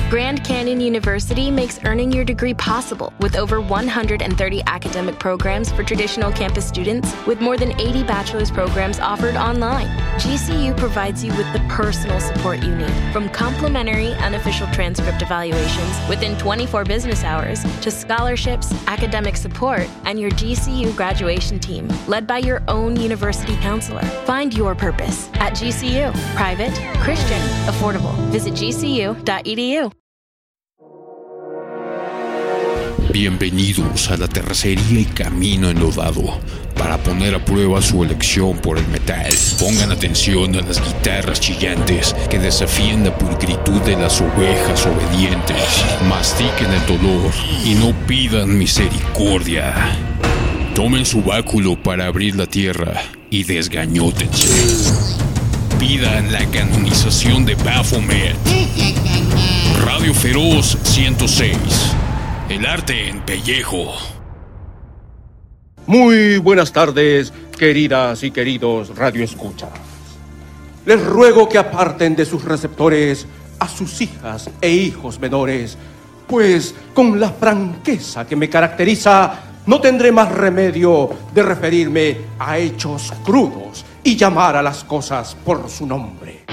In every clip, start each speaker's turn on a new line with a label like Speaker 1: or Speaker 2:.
Speaker 1: Grand Canyon University makes earning your degree possible with over 130 academic programs for traditional campus students with more than 80 bachelor's programs offered online. GCU provides you with the personal support you need, from complimentary unofficial transcript evaluations within 24 business hours to scholarships, academic support, and your GCU graduation team, led by your own university counselor. Find your purpose at GCU. Private, Christian, affordable. Visit gcu.edu.
Speaker 2: Bienvenidos a la terracería y camino enlodado para poner a prueba su elección por el metal. Pongan atención a las guitarras chillantes que desafían la pulcritud de las ovejas obedientes. Mastiquen el dolor y no pidan misericordia. Tomen su báculo para abrir la tierra y desgañótense. Pidan la canonización de Baphomet. Radio Feroz 106. El arte en pellejo.
Speaker 3: Muy buenas tardes, queridas y queridos radioescuchas. Les ruego que aparten de sus receptores a sus hijas e hijos menores, pues con la franqueza que me caracteriza, no tendré más remedio de referirme a hechos crudos y llamar a las cosas por su nombre.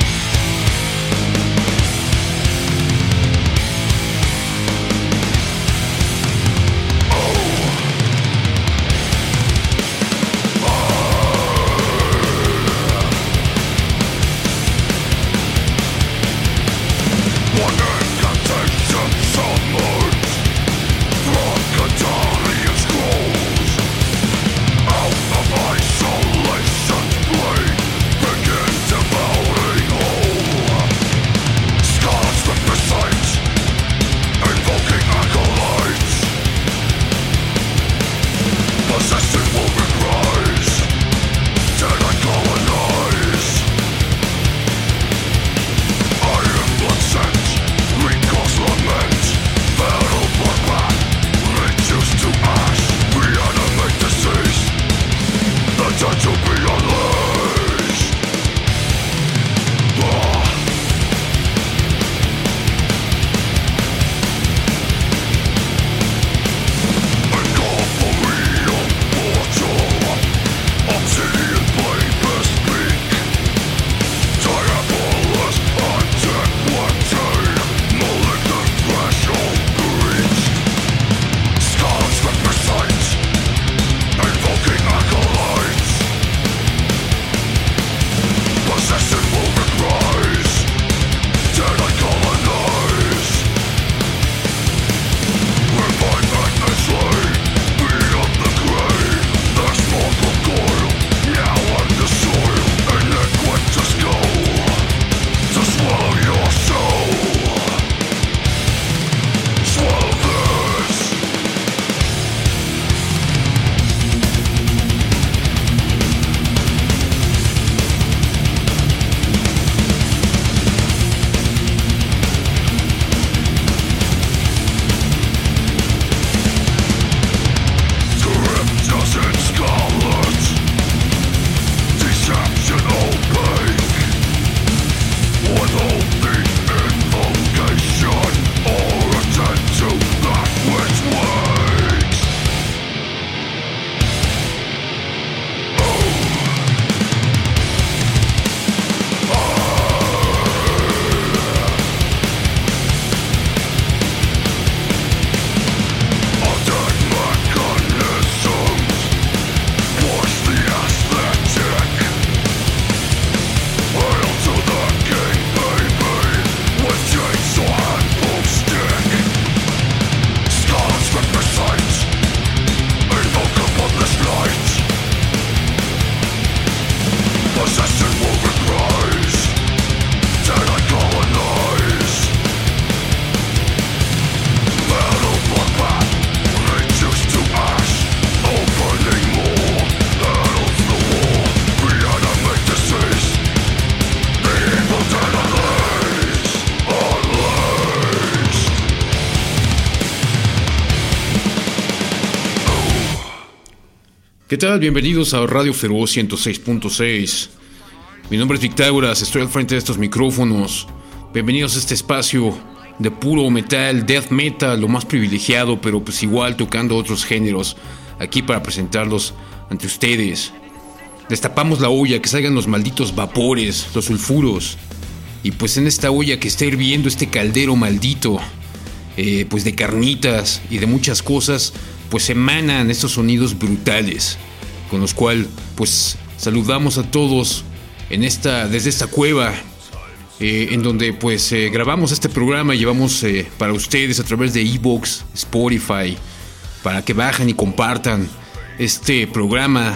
Speaker 2: ¿Qué tal? Bienvenidos a Radio Feroz 106.6. Mi nombre es Victágoras, estoy al frente de estos micrófonos. Bienvenidos a este espacio de puro metal, death metal, lo más privilegiado, pero pues igual tocando otros géneros aquí para presentarlos ante ustedes. Destapamos la olla, que salgan los malditos vapores, los sulfuros, y pues en esta olla que está hirviendo, este caldero maldito, pues de carnitas y de muchas cosas, pues emanan estos sonidos brutales, con los cuales pues saludamos a todos desde esta cueva, en donde pues grabamos este programa y llevamos para ustedes a través de iVoox, Spotify, para que bajen y compartan este programa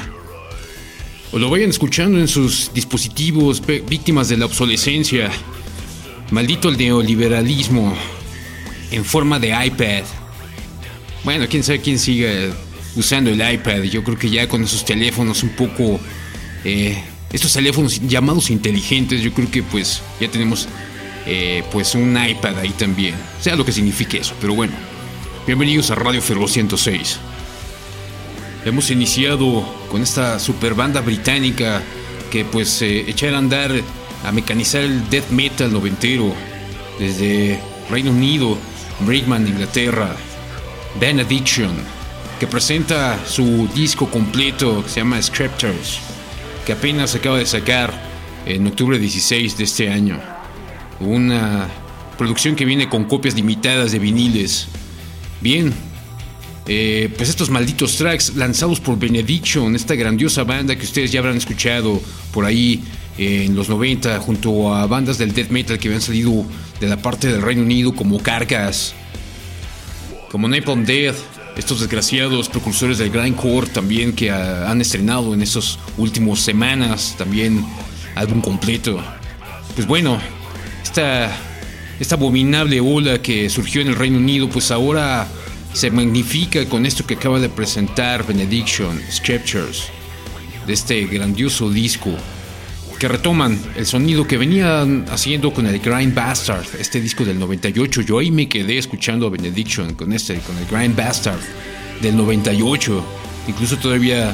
Speaker 2: o lo vayan escuchando en sus dispositivos, víctimas de la obsolescencia. Maldito el neoliberalismo en forma de iPad. Bueno, quién sabe quién siga usando el iPad. Yo creo que ya con esos teléfonos un poco estos teléfonos llamados inteligentes, yo creo que pues ya tenemos pues un iPad ahí también, sea lo que signifique eso. Pero bueno, bienvenidos a Radio Feroz 106. Hemos iniciado con esta super banda británica que pues echar a andar, a mecanizar el death metal noventero desde Reino Unido, Brickman, Inglaterra, Benediction, que presenta su disco completo que se llama Scriptures, que apenas acaba de sacar en octubre 16 de este año. Una producción que viene con copias limitadas de viniles. Bien, pues estos malditos tracks lanzados por Benediction, esta grandiosa banda que ustedes ya habrán escuchado por ahí en los 90, junto a bandas del death metal que habían salido de la parte del Reino Unido, como Carcass, como Napalm Death, estos desgraciados precursores del grindcore también, que han estrenado en estas últimas semanas también álbum completo. Pues bueno, esta abominable ola que surgió en el Reino Unido, pues ahora se magnifica con esto que acaba de presentar Benediction, Scriptures, de este grandioso disco, que retoman el sonido que venían haciendo con el Grind Bastard, este disco del 98. Yo ahí me quedé escuchando a Benediction con el Grind Bastard del 98. Incluso todavía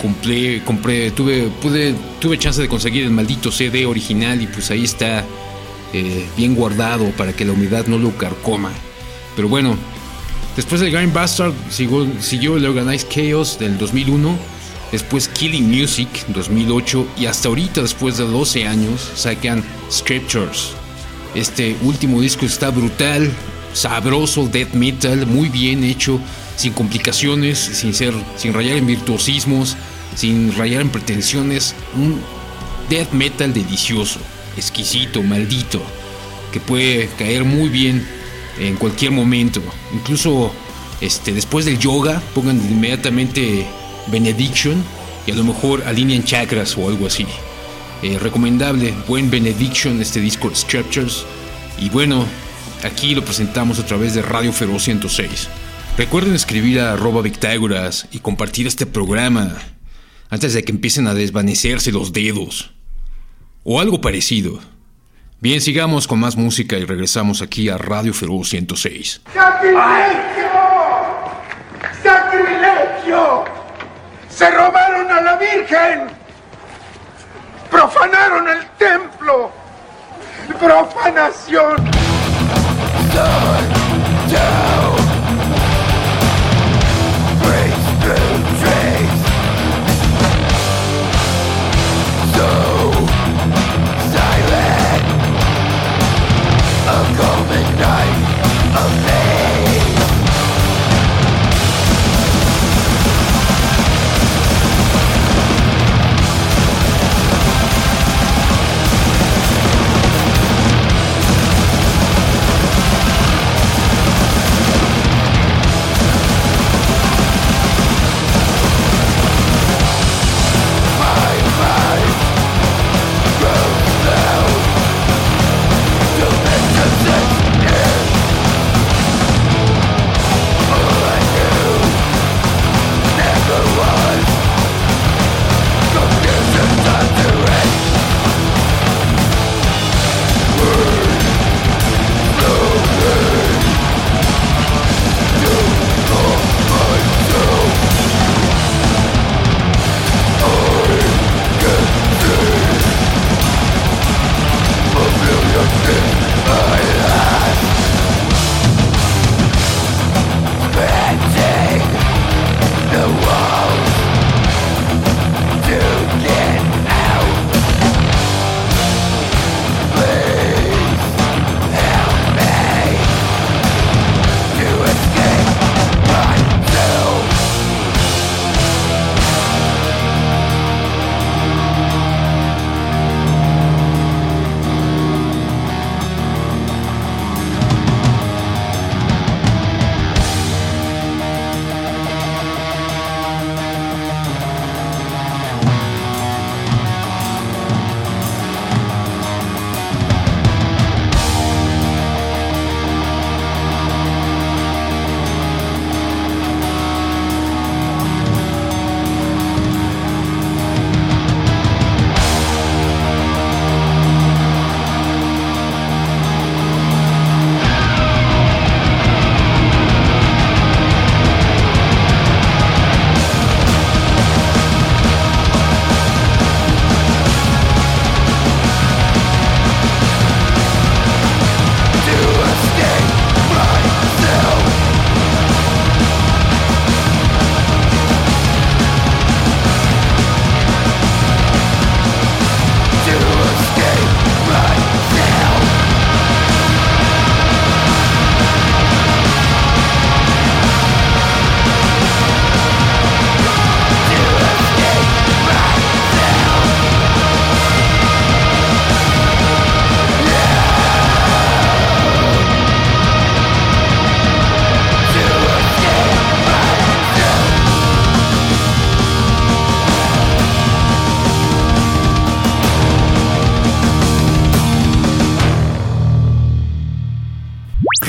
Speaker 2: tuve chance de conseguir el maldito CD original y pues ahí está bien guardado para que la humedad no lo carcoma. Pero bueno, después del Grind Bastard siguió el Organized Chaos del 2001. Después Killing Music 2008 y hasta ahorita, después de 12 años, sacan Scriptures. Este último disco está brutal, sabroso, death metal, muy bien hecho, sin complicaciones, sin rayar en virtuosismos, sin rayar en pretensiones. Un death metal delicioso, exquisito, maldito, que puede caer muy bien en cualquier momento. Incluso después del yoga, pongan inmediatamente Benediction y a lo mejor alinean chakras o algo así. Recomendable, buen Benediction, este disco Scriptures. Y bueno, aquí lo presentamos a través de Radio Feroz 106. Recuerden escribir a @Victágoras y compartir este programa antes de que empiecen a desvanecerse los dedos o algo parecido. Bien, sigamos con más música y regresamos aquí a Radio Feroz 106.
Speaker 4: ¡Sacrilegio! ¡Sacrilegio! ¡Se robaron a la Virgen! ¡Profanaron el templo! ¡Profanación!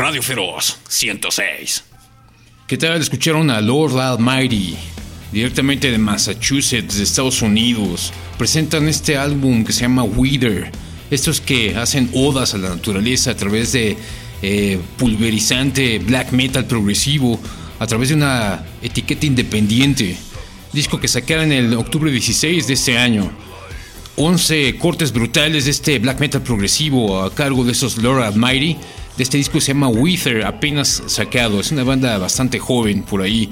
Speaker 2: Radio Feroz 106. ¿Qué tal? Escucharon a Lord Almighty, directamente de Massachusetts, de Estados Unidos. Presentan este álbum que se llama Wither. Estos que hacen odas a la naturaleza a través de pulverizante black metal progresivo, a través de una etiqueta independiente. Disco que sacaron el octubre 16 de este año. 11 cortes brutales de este black metal progresivo a cargo de esos Lord Almighty. De este disco se llama Wither, apenas sacado. Es una banda bastante joven por ahí.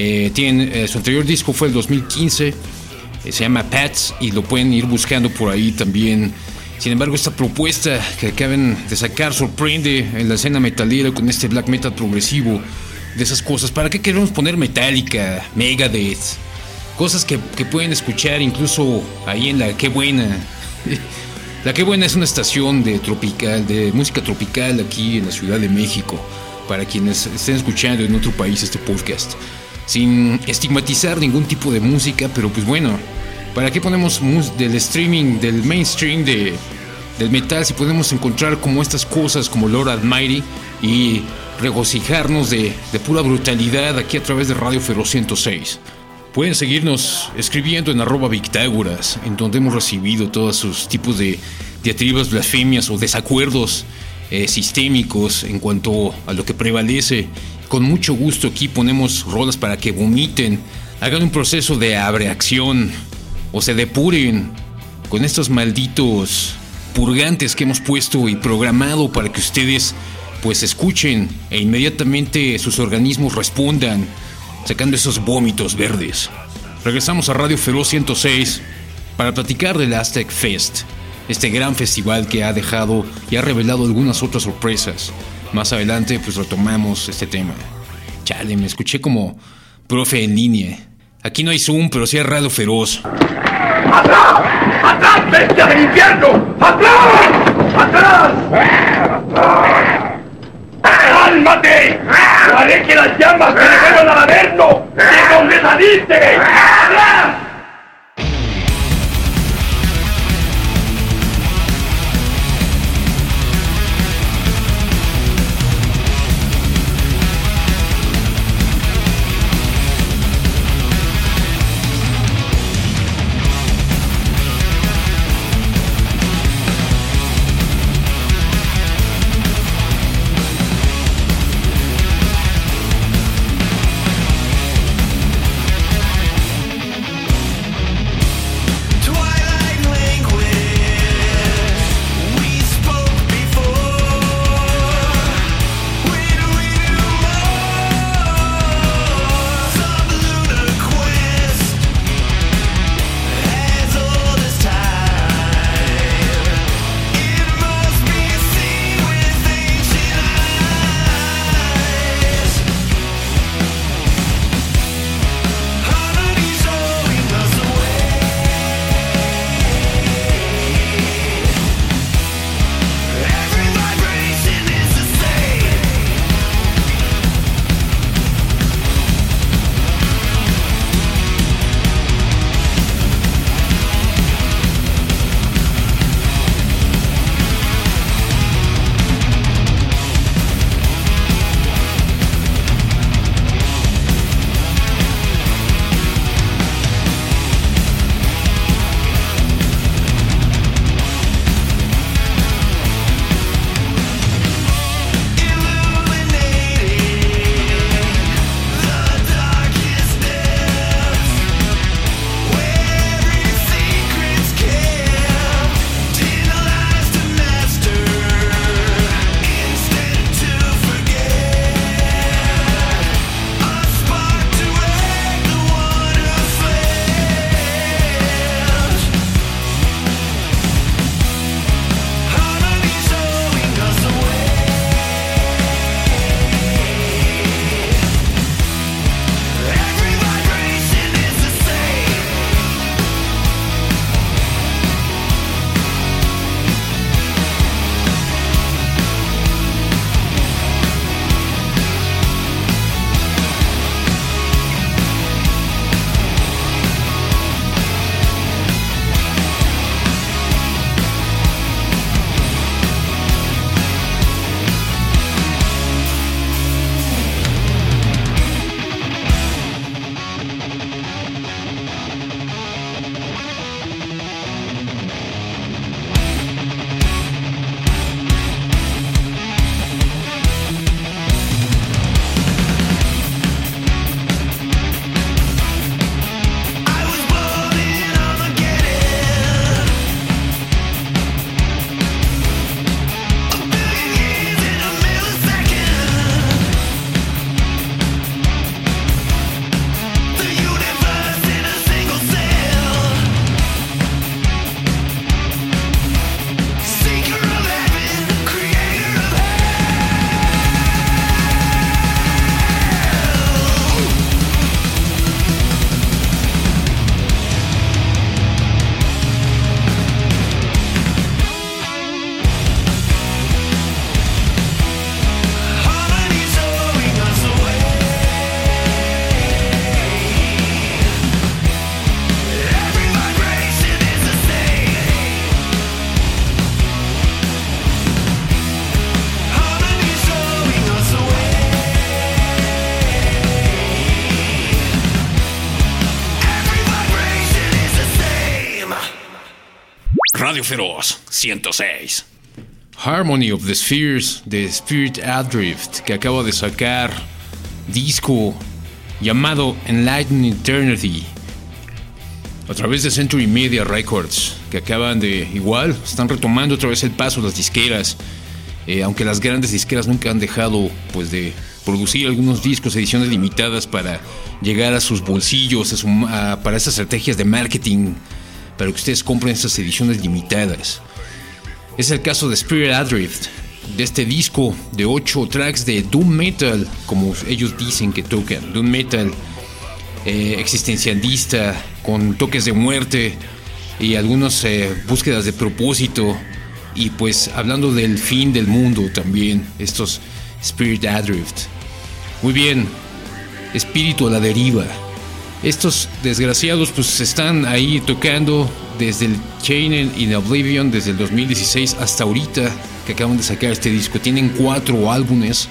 Speaker 2: Su anterior disco fue el 2015. Se llama Pats y lo pueden ir buscando por ahí también. Sin embargo, esta propuesta que acaban de sacar sorprende en la escena metalera con este black metal progresivo. De esas cosas, ¿para qué queremos poner Metallica, Megadeth? Cosas que pueden escuchar incluso ahí en La Qué Buena. La Qué Buena es una estación de música tropical aquí en la Ciudad de México, para quienes estén escuchando en otro país este podcast. Sin estigmatizar ningún tipo de música, pero pues bueno, ¿para qué ponemos del streaming, del mainstream del metal si podemos encontrar como estas cosas como Lord Almighty y regocijarnos de pura brutalidad aquí a través de Radio Feroz 106? Pueden seguirnos escribiendo en @Victágoras, en donde hemos recibido todos sus tipos de diatribas, blasfemias o desacuerdos sistémicos en cuanto a lo que prevalece. Con mucho gusto aquí ponemos rolas para que vomiten, hagan un proceso de abreacción o se depuren con estos malditos purgantes que hemos puesto y programado para que ustedes pues escuchen e inmediatamente sus organismos respondan, sacando esos vómitos verdes. Regresamos a Radio Feroz 106 para platicar del Aztec Fest, este gran festival que ha dejado y ha revelado algunas otras sorpresas. Más adelante pues retomamos este tema. Chale, me escuché como profe en línea. Aquí no hay Zoom, pero sí hay Radio Feroz.
Speaker 4: ¡Atrás! ¡Atrás, bestia del infierno! ¡Atrás! ¡Atrás! ¡Cálmate! ¡Haré que las llamas te devuelvan al averno! ¡De donde saliste! ¡Atrás!
Speaker 2: Radio Feroz 106. Harmony of the Spheres de Spirit Adrift, que acaba de sacar disco llamado Enlightened Eternity a través de Century Media Records, que acaban de, están retomando otra vez el paso de las disqueras, aunque las grandes disqueras nunca han dejado pues de producir algunos discos, ediciones limitadas para llegar a sus bolsillos, para esas estrategias de marketing, para que ustedes compren esas ediciones limitadas. Es el caso de Spirit Adrift, de este disco de 8 tracks de Doom Metal, como ellos dicen que tocan, Doom Metal existencialista, con toques de muerte y algunas búsquedas de propósito, y pues hablando del fin del mundo también, estos Spirit Adrift. Muy bien, espíritu a la deriva. Estos desgraciados pues están ahí tocando desde el Chained in Oblivion, desde el 2016 hasta ahorita que acaban de sacar este disco. Tienen 4 álbumes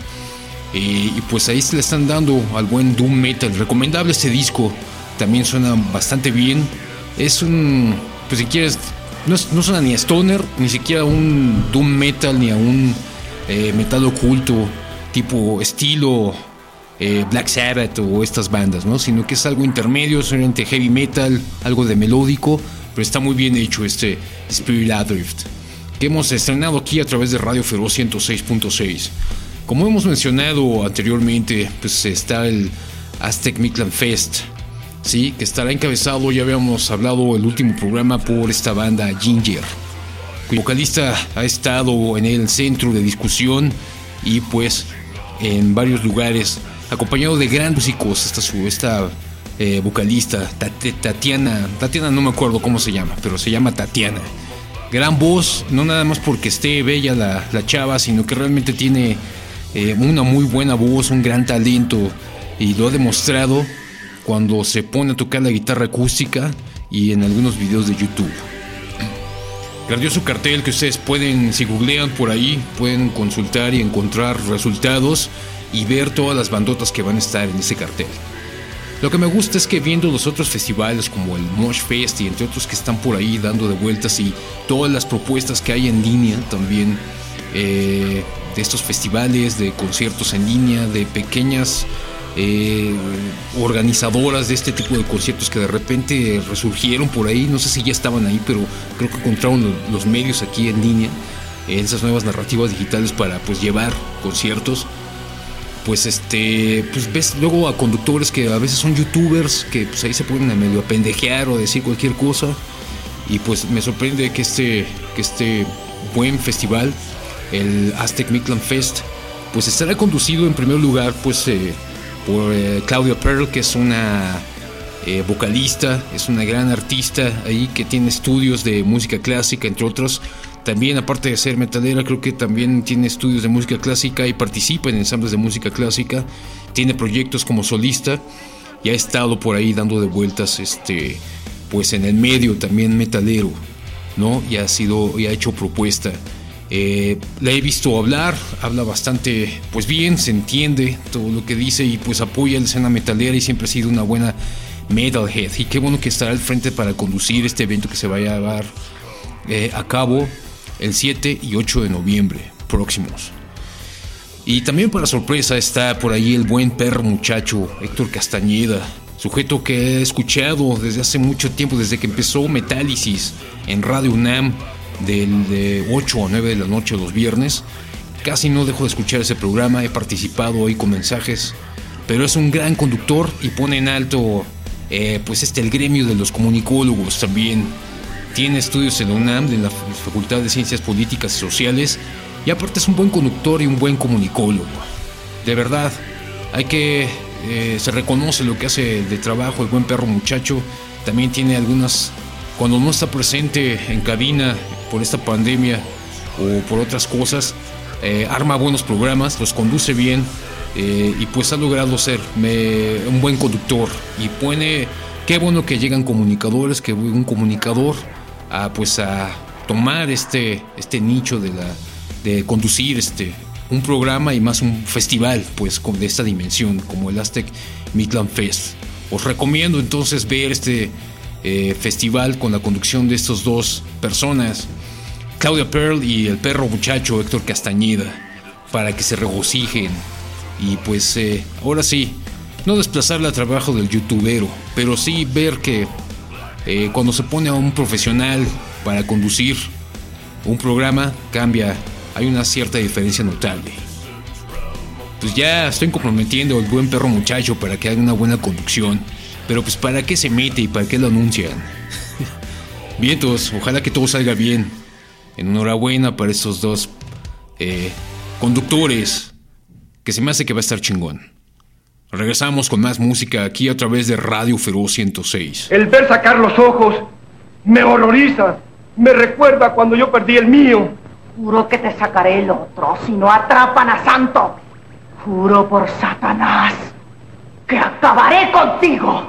Speaker 2: y pues ahí se le están dando al buen Doom Metal. Recomendable este disco, también suena bastante bien. Es un, pues si quieres, no suena ni a stoner, ni siquiera un Doom Metal, ni a un metal oculto tipo estilo Black Sabbath o estas bandas, ¿no? Sino que es algo intermedio, solamente heavy metal, algo de melódico, pero está muy bien hecho este Spirit Adrift, que hemos estrenado aquí a través de Radio Feroz 106.6. Como hemos mencionado anteriormente, pues está el Aztec Mictlan Fest, sí, que estará encabezado, ya habíamos hablado el último programa, por esta banda Ginger, cuyo vocalista ha estado en el centro de discusión y pues en varios lugares, acompañado de grandes músicos. Esta vocalista Tatiana, no me acuerdo cómo se llama, pero se llama Tatiana. Gran voz, no nada más porque esté bella la chava, sino que realmente tiene una muy buena voz, un gran talento, y lo ha demostrado cuando se pone a tocar la guitarra acústica y en algunos videos de YouTube. Grandioso cartel que ustedes pueden, si googlean por ahí, pueden consultar y encontrar resultados y ver todas las bandotas que van a estar en ese cartel. Lo que me gusta es que viendo los otros festivales como el Mosh Fest y entre otros que están por ahí dando de vueltas, y todas las propuestas que hay en línea también, de estos festivales, de conciertos en línea, de pequeñas organizadoras de este tipo de conciertos que de repente resurgieron por ahí, no sé si ya estaban ahí, pero creo que encontraron los medios aquí en línea, esas nuevas narrativas digitales para pues llevar conciertos. Pues pues ves luego a conductores que a veces son youtubers, que pues ahí se ponen a medio a pendejear o a decir cualquier cosa, y pues me sorprende que este buen festival, el Aztec Mictlan Fest, pues estará conducido en primer lugar pues por Claudia Pearl, que es una vocalista, es una gran artista ahí que tiene estudios de música clásica, entre otros. También, aparte de ser metalera, creo que también tiene estudios de música clásica y participa en ensambles de música clásica. Tiene proyectos como solista y ha estado por ahí dando de vueltas, pues en el medio también metalero, ¿no? Y ha hecho propuesta. La he visto habla bastante pues bien, se entiende todo lo que dice y pues apoya la escena metalera y siempre ha sido una buena metalhead. Y qué bueno que estará al frente para conducir este evento que se va a llevar a cabo el 7 y 8 de noviembre próximos. Y también, para sorpresa, está por ahí el buen perro muchacho Héctor Castañeda, sujeto que he escuchado desde hace mucho tiempo, desde que empezó Metálisis en Radio UNAM, de 8 a 9 de la noche los viernes. Casi no dejo de escuchar ese programa, he participado ahí con mensajes, pero es un gran conductor y pone en alto pues el gremio de los comunicólogos también. Tiene estudios en la UNAM, de la Facultad de Ciencias Políticas y Sociales, y aparte es un buen conductor y un buen comunicólogo. De verdad, se reconoce lo que hace de trabajo el buen perro muchacho. También tiene algunas, cuando no está presente en cabina por esta pandemia o por otras cosas, arma buenos programas, los conduce bien, y pues ha logrado ser un buen conductor. Y qué bueno que llegan comunicadores, que un comunicador a tomar este nicho de conducir un programa y más un festival pues de esta dimensión como el Aztec Mictlan Fest. Os recomiendo entonces ver festival con la conducción de estas dos personas, Claudia Pearl y el perro muchacho Héctor Castañeda, para que se regocijen y pues ahora sí, no desplazarle al trabajo del youtubero, pero sí ver que cuando se pone a un profesional para conducir un programa cambia, hay una cierta diferencia notable. Pues ya estoy comprometiendo al buen perro muchacho para que haga una buena conducción, pero pues ¿para qué se mete y para qué lo anuncian? Vientos, ojalá que todo salga bien. Enhorabuena para estos dos conductores, que se me hace que va a estar chingón. Regresamos con más música aquí a través de Radio Feroz 106.
Speaker 4: El ver sacar los ojos me horroriza. Me recuerda cuando yo perdí el mío.
Speaker 5: Juro que te sacaré el otro si no atrapan a Santo. Juro por Satanás que acabaré contigo.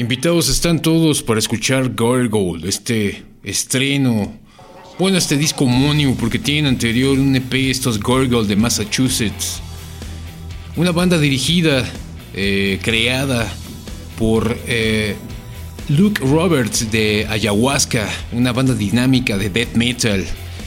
Speaker 2: Invitados están todos para escuchar Gargoyle, este estreno, bueno, este disco homónimo, porque tienen anterior un EP, estos Gargoyle de Massachusetts. Una banda dirigida, creada por Luke Roberts de Ayahuasca, una banda dinámica de death metal.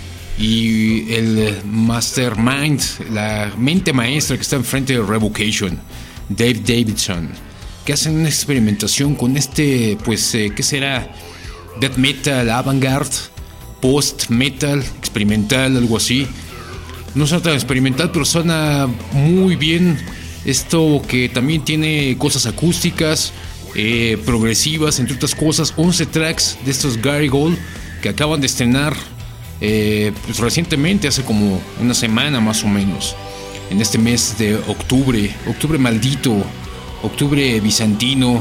Speaker 2: Y el mastermind, la mente maestra que está enfrente de Revocation, Dave Davidson, que hacen una experimentación con este, pues, ¿qué será? Death metal, avant-garde, post-metal, experimental, algo así. No suena tan experimental, pero suena muy bien. Esto que también tiene cosas acústicas, progresivas, entre otras cosas. 11 tracks de estos Gargoyle que acaban de estrenar pues recientemente, hace como una semana más o menos, en este mes de octubre maldito, octubre bizantino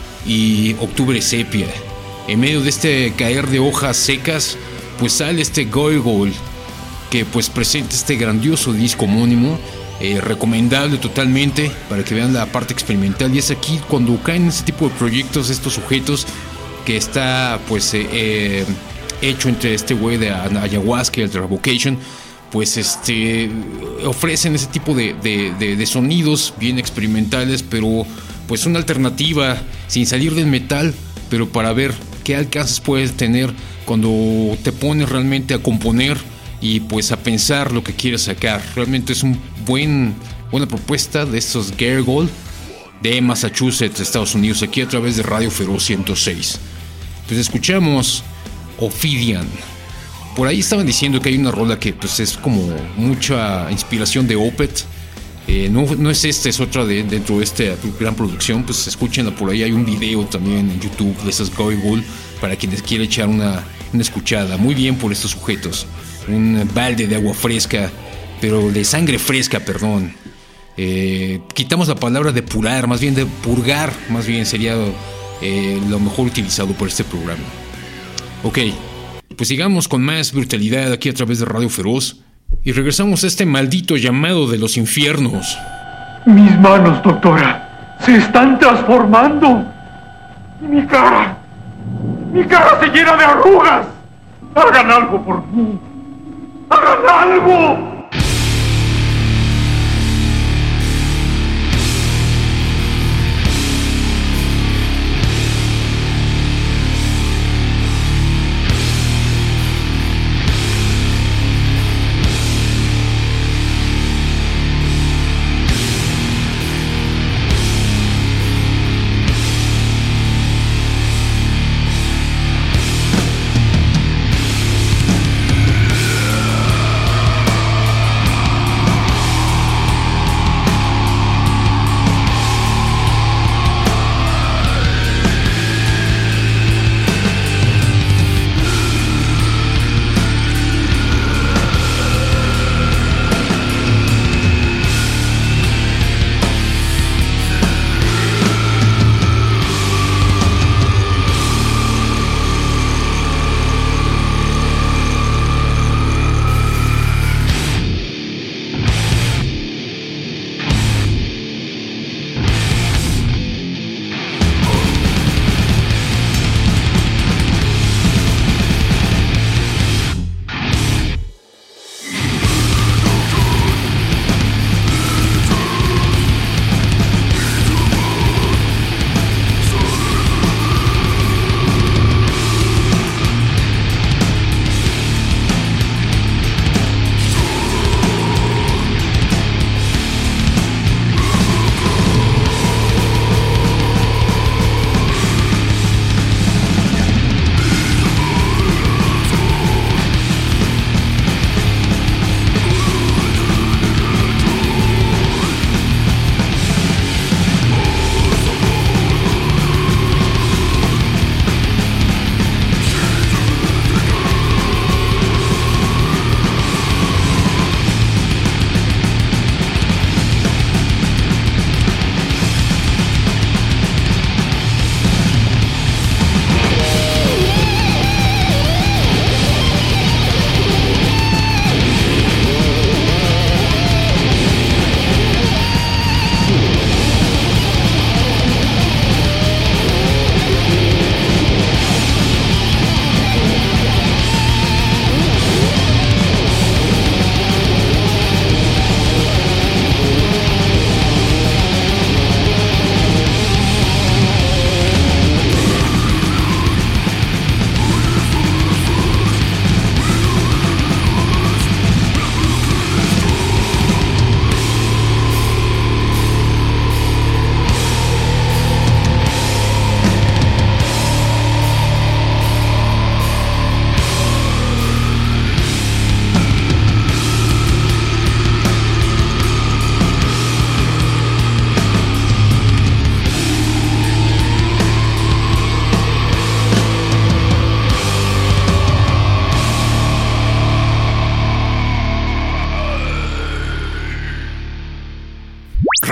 Speaker 2: y octubre sepia. En medio de este caer de hojas secas, pues sale este Gargoyle que pues presenta este grandioso disco homónimo, recomendable totalmente para que vean la parte experimental. Y es aquí cuando caen este tipo de proyectos, estos sujetos, que está pues hecho entre este güey de Ayahuasca y el de Revocation, pues ofrecen ese tipo de sonidos bien experimentales, pero pues una alternativa sin salir del metal, pero para ver qué alcances puedes tener cuando te pones realmente a componer y pues a pensar lo que quieres sacar. Realmente es buena propuesta de estos Gargoyle de Massachusetts, Estados Unidos, aquí a través de Radio Feroz 106. Pues escuchamos Ophidian. Por ahí estaban diciendo que hay una rola que pues es como mucha inspiración de Opeth. No es esta, es otra dentro de esta gran producción. Pues escúchenla por ahí, hay un video también en YouTube de esas Gargoyle para quienes quiera echar una escuchada. Muy bien por estos sujetos. Un balde de agua fresca, pero de sangre fresca, perdón. Quitamos la palabra depurar, más bien de purgar, más bien sería lo mejor utilizado por este programa. Ok, pues sigamos con más brutalidad aquí a través de Radio Feroz y regresamos a este maldito llamado de los infiernos.
Speaker 4: Mis manos, doctora, se están transformando. Y mi cara se llena de arrugas. Hagan algo por mí. ¡Hagan algo!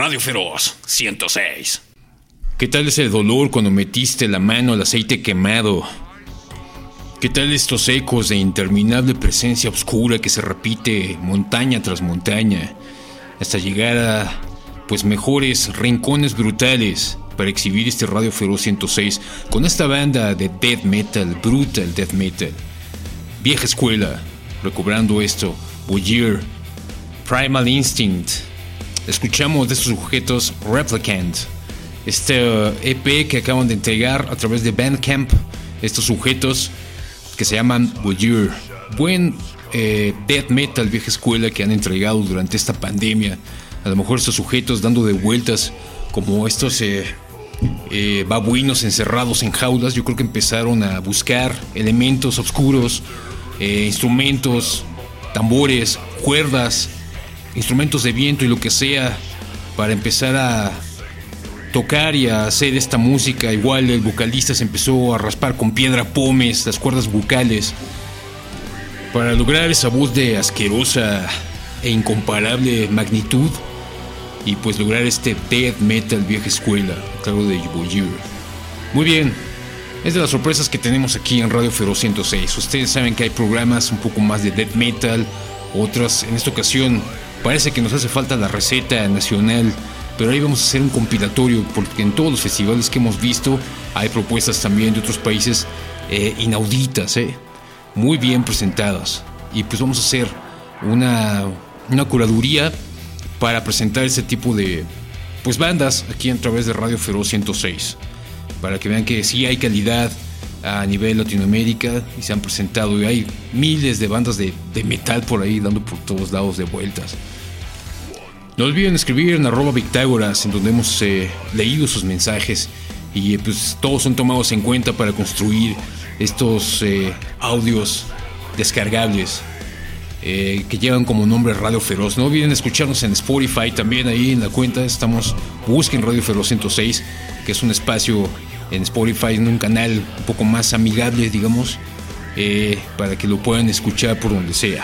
Speaker 2: Radio Feroz 106. ¿Qué tal ese dolor cuando metiste la mano al aceite quemado? ¿Qué tal estos ecos de interminable presencia oscura que se repite montaña tras montaña hasta llegar a, pues, mejores rincones brutales para exhibir este Radio Feroz 106 con esta banda de death metal, brutal death metal, vieja escuela, recobrando esto, Voyeur, Primal Instinct? Escuchamos de estos sujetos Replicant, este EP que acaban de entregar a través de Bandcamp, estos sujetos que se llaman Voyeur. Buen death metal vieja escuela que han entregado durante esta pandemia. A lo mejor estos sujetos dando de vueltas como estos babuinos encerrados en jaulas. Yo creo que empezaron a buscar elementos oscuros, instrumentos, tambores, cuerdas, instrumentos de viento y lo que sea, para empezar a tocar y a hacer esta música. Igual el vocalista se empezó a raspar con piedra pómez las cuerdas vocales para lograr esa voz de asquerosa e incomparable magnitud y pues lograr este death metal vieja escuela a cargo de Voyeur. Muy bien, es de las sorpresas que tenemos aquí en Radio Feroz 106. Ustedes saben que hay programas un poco más de death metal, otras. En esta ocasión parece que nos hace falta la receta nacional, pero ahí vamos a hacer un compilatorio, porque en todos los festivales que hemos visto hay propuestas también de otros países inauditas, muy bien presentadas. Y pues vamos a hacer una curaduría para presentar ese tipo de pues bandas aquí a través de Radio Feroz 106, para que vean que sí hay calidad a nivel Latinoamérica y se han presentado, y hay miles de bandas de metal por ahí dando por todos lados de vueltas. No olviden escribir en @Victágoras, en donde hemos leído sus mensajes y pues todos son tomados en cuenta para construir estos audios descargables que llevan como nombre Radio Feroz. No olviden escucharnos en Spotify también, ahí en la cuenta estamos. Busquen Radio Feroz 106, que es un espacio en Spotify, en un canal un poco más amigable, digamos, para que lo puedan escuchar por donde sea.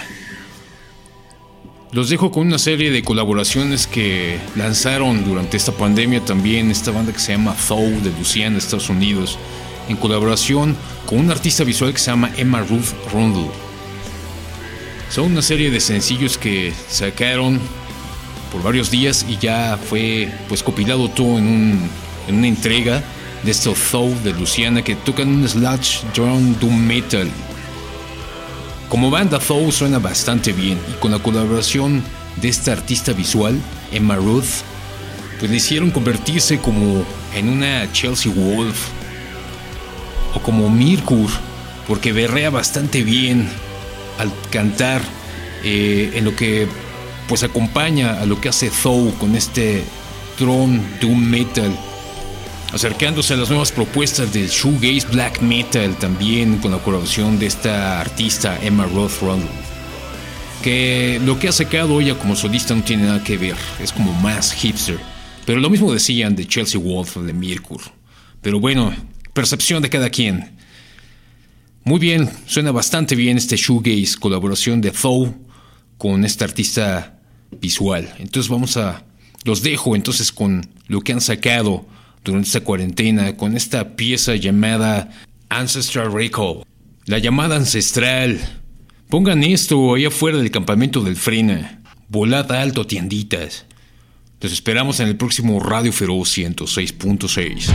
Speaker 2: Los dejo con una serie de colaboraciones que lanzaron durante esta pandemia también, esta banda que se llama Thaw de Louisiana, Estados Unidos, en colaboración con un artista visual que se llama Emma Ruth Rundle. Son una serie de sencillos que sacaron por varios días y ya fue pues compilado todo en una entrega de estos Thaw de Louisiana, que tocan un sludge drone doom metal. Como banda, Thaw suena bastante bien, y con la colaboración de esta artista visual, Emma Ruth, pues le hicieron convertirse como en una Chelsea Wolf o como Mirkur, porque berrea bastante bien al cantar, en lo que pues acompaña a lo que hace Thaw con este drone doom metal, acercándose a las nuevas propuestas del shoegaze black metal, también con la colaboración de esta artista Emma Ruth Rundle, que lo que ha sacado ella como solista no tiene nada que ver, es como más hipster, pero lo mismo decían de Chelsea Wolf o de Mirkur. Pero bueno, percepción de cada quien. Muy bien, suena bastante bien este shoegaze, colaboración de Thaw con esta artista visual. Entonces los dejo entonces con lo que han sacado durante esta cuarentena, con esta pieza llamada Ancestral Recall, la llamada ancestral. Pongan esto ahí afuera del campamento del Frena. Volad alto, tienditas. Los esperamos en el próximo Radio Feroz 106.6.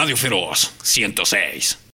Speaker 2: Radio Feroz 106.